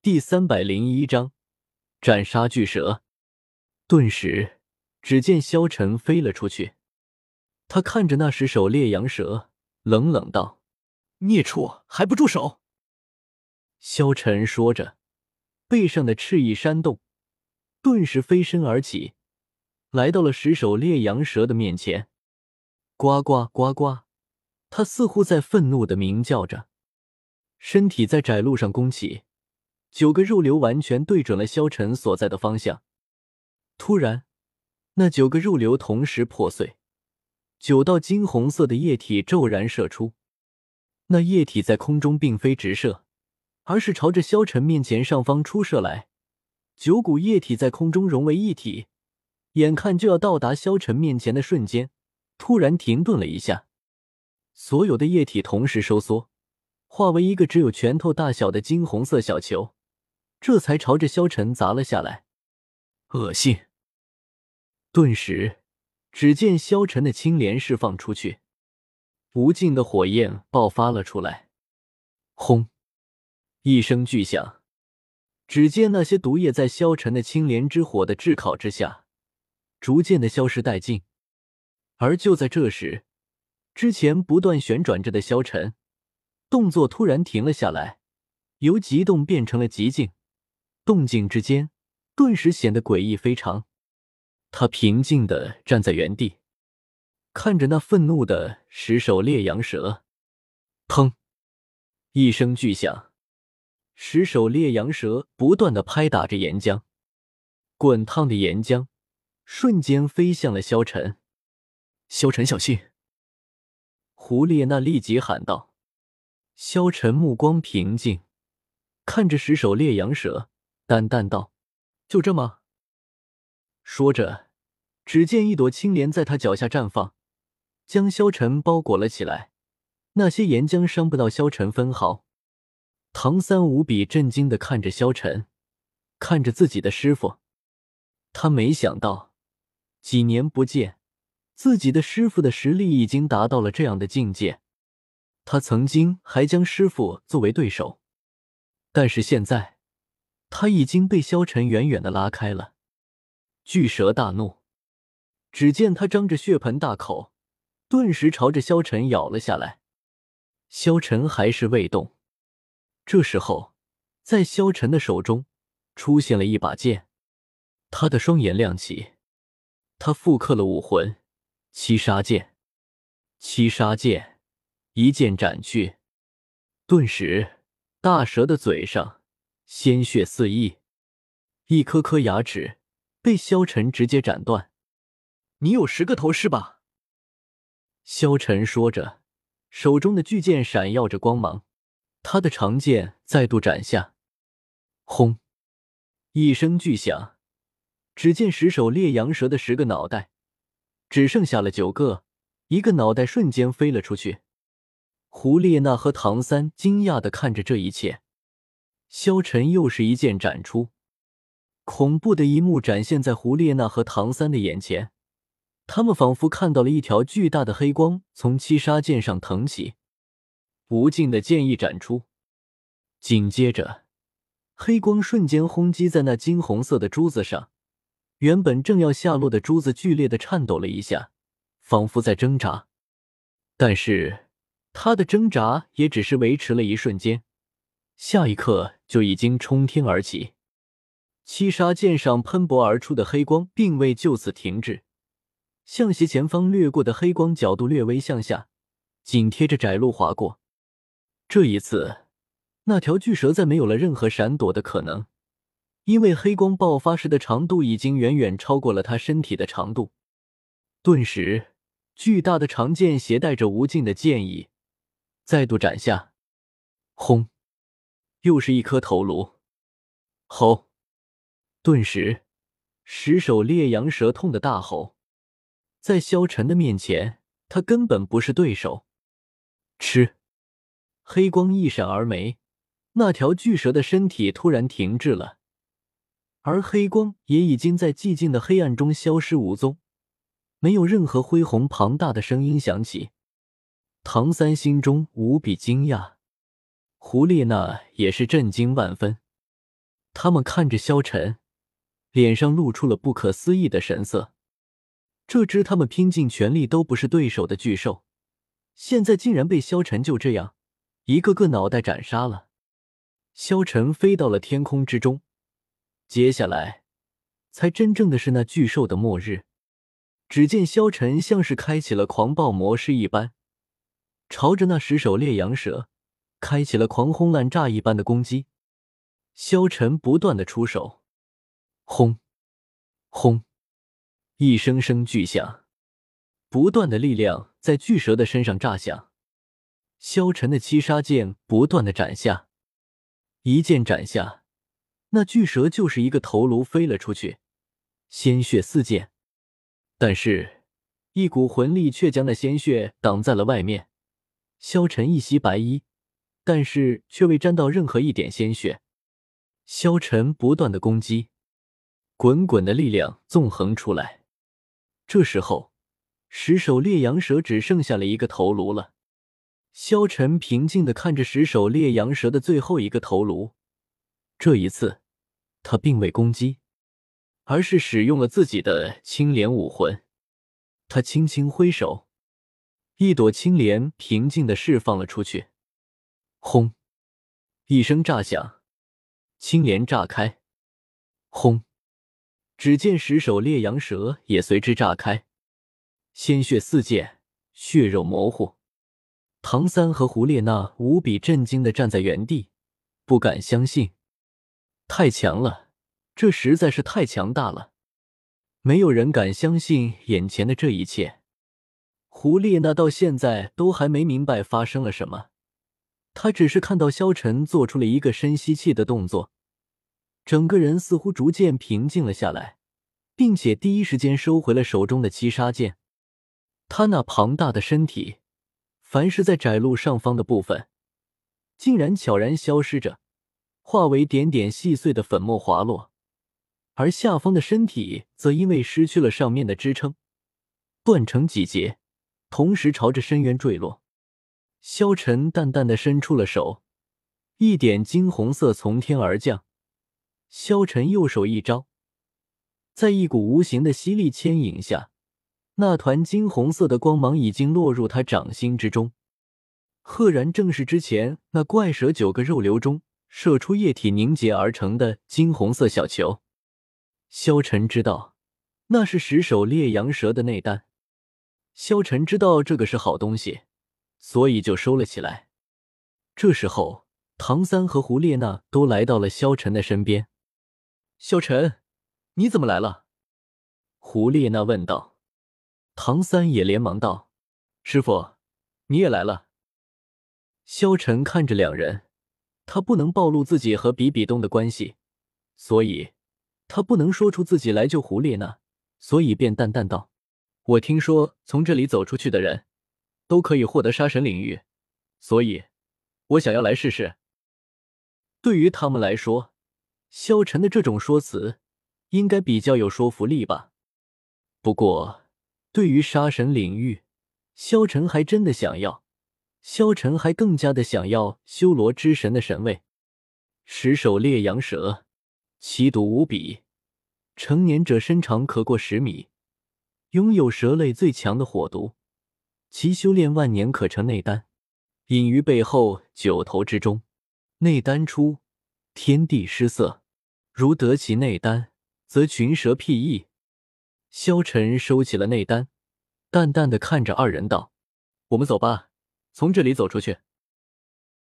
第301章斩杀巨蛇。顿时，只见萧晨飞了出去。他看着那石首烈阳蛇，冷冷道：“孽畜，还不住手！”萧晨说着，背上的翅翼扇动，顿时飞身而起，来到了石首烈阳蛇的面前。呱呱呱呱，他似乎在愤怒地鸣叫着，身体在窄路上弓起。9个肉瘤完全对准了萧晨所在的方向。突然，那9个肉瘤同时破碎，9道金红色的液体骤然射出。那液体在空中并非直射，而是朝着萧晨面前上方出射来。9股液体在空中融为一体，眼看就要到达萧晨面前的瞬间，突然停顿了一下。所有的液体同时收缩，化为一个只有拳头大小的金红色小球，这才朝着萧晨砸了下来。恶心！顿时，只见萧晨的青莲释放出去，无尽的火焰爆发了出来。轰！一声巨响，只见那些毒液在萧晨的青莲之火的炙烤之下，逐渐的消失殆尽。而就在这时，之前不断旋转着的萧晨，动作突然停了下来，由极动变成了极静。动静之间，顿时显得诡异非常。他平静地站在原地，看着那愤怒的石首烈阳蛇。砰！一声巨响，石首烈阳蛇不断地拍打着岩浆，滚烫的岩浆瞬间飞向了萧晨。萧晨，小心！胡列娜立即喊道。萧晨目光平静，看着石首烈阳蛇，淡淡道：“就这么。”说着，只见一朵青莲在他脚下绽放，将萧晨包裹了起来。那些岩浆伤不到萧晨分毫。唐三无比震惊地看着萧晨，看着自己的师父。他没想到，几年不见，自己的师父的实力已经达到了这样的境界。他曾经还将师父作为对手，但是现在他已经被萧晨远远地拉开了。巨蛇大怒，只见他张着血盆大口，顿时朝着萧晨咬了下来。萧晨还是未动。这时候，在萧晨的手中出现了一把剑，他的双眼亮起，他复刻了武魂七杀剑。七杀剑一剑斩去，顿时大蛇的嘴上鲜血四溢，一颗颗牙齿被萧晨直接斩断。你有10个头是吧？萧晨说着，手中的巨剑闪耀着光芒，他的长剑再度斩下。轰！一声巨响，只见石首烈阳蛇的10个脑袋只剩下了9个，一个脑袋瞬间飞了出去。胡列娜和唐三惊讶地看着这一切。萧晨又是一剑斩出，恐怖的一幕展现在胡列娜和唐三的眼前。他们仿佛看到了一条巨大的黑光从七杀剑上腾起，无尽的剑意斩出。紧接着，黑光瞬间轰击在那金红色的珠子上，原本正要下落的珠子剧烈地颤抖了一下，仿佛在挣扎。但是他的挣扎也只是维持了一瞬间，下一刻就已经冲天而起。七杀剑上喷薄而出的黑光并未就此停滞，向斜前方掠过的黑光角度略微向下，紧贴着窄路划过。这一次，那条巨蛇再没有了任何闪躲的可能，因为黑光爆发时的长度已经远远超过了它身体的长度。顿时，巨大的长剑携带着无尽的剑意，再度斩下。轰！又是一颗头颅。吼！顿时，石首烈阳蛇痛的大吼。在萧晨的面前，他根本不是对手。吃！黑光一闪而没，那条巨蛇的身体突然停滞了，而黑光也已经在寂静的黑暗中消失无踪，没有任何恢宏庞大的声音响起。唐三心中无比惊讶，胡列娜也是震惊万分。 他们看着萧晨，脸上露出了不可思议的神色。这只他们拼尽全力都不是对手的巨兽，现在竟然被萧晨就这样一个个脑袋斩杀了。萧晨飞到了天空之中，接下来才真正的是那巨兽的末日。只见萧晨像是开启了狂暴模式一般，朝着那10首烈阳蛇开启了狂轰滥炸一般的攻击。萧晨不断的出手，轰轰，一声声巨响，不断的力量在巨蛇的身上炸响。萧晨的七杀剑不断的斩下，一剑斩下，那巨蛇就是一个头颅飞了出去，鲜血四溅。但是一股魂力却将那鲜血挡在了外面。萧晨一袭白衣，但是却未沾到任何一点鲜血。萧晨不断的攻击，滚滚的力量纵横出来。这时候10首烈阳蛇只剩下了一个头颅了。萧晨平静地看着10首烈阳蛇的最后一个头颅，这一次他并未攻击，而是使用了自己的青莲武魂。他轻轻挥手，一朵青莲平静地释放了出去。轰！一声炸响，青莲炸开。轰！只见10首烈阳蛇也随之炸开，鲜血四溅，血肉模糊。唐三和胡列娜无比震惊地站在原地，不敢相信。太强了，这实在是太强大了。没有人敢相信眼前的这一切。胡列娜到现在都还没明白发生了什么，她只是看到萧晨做出了一个深吸气的动作，整个人似乎逐渐平静了下来，并且第一时间收回了手中的七杀剑。他那庞大的身体，凡是在窄路上方的部分，竟然悄然消失着，化为点点细碎的粉末滑落，而下方的身体则因为失去了上面的支撑，断成几截，同时朝着深渊坠落。萧晨淡淡的伸出了手，一点金红色从天而降。萧晨右手一招，在一股无形的吸力牵引下，那团金红色的光芒已经落入他掌心之中，赫然正是之前那怪蛇9个肉瘤中射出液体凝结而成的金红色小球。萧晨知道那是10首烈阳蛇的内丹，萧晨知道这个是好东西，所以就收了起来。这时候唐三和胡列娜都来到了萧晨的身边。萧晨，你怎么来了？胡列娜问道。唐三也连忙道：师父，你也来了。萧晨看着两人，他不能暴露自己和比比东的关系，所以他不能说出自己来救胡列娜，所以便淡淡道：我听说从这里走出去的人都可以获得杀神领域，所以我想要来试试。对于他们来说，萧晨的这种说辞应该比较有说服力吧。不过对于杀神领域，萧晨还真的想要，萧晨还更加的想要修罗之神的神位。10首烈阳蛇，奇毒无比，成年者身长可过10米，拥有蛇类最强的火毒，其修炼万年可成内丹，隐于背后9头之中，内丹出，天地失色，如得其内丹，则群蛇辟易。萧晨收起了内丹，淡淡的看着二人道：我们走吧，从这里走出去。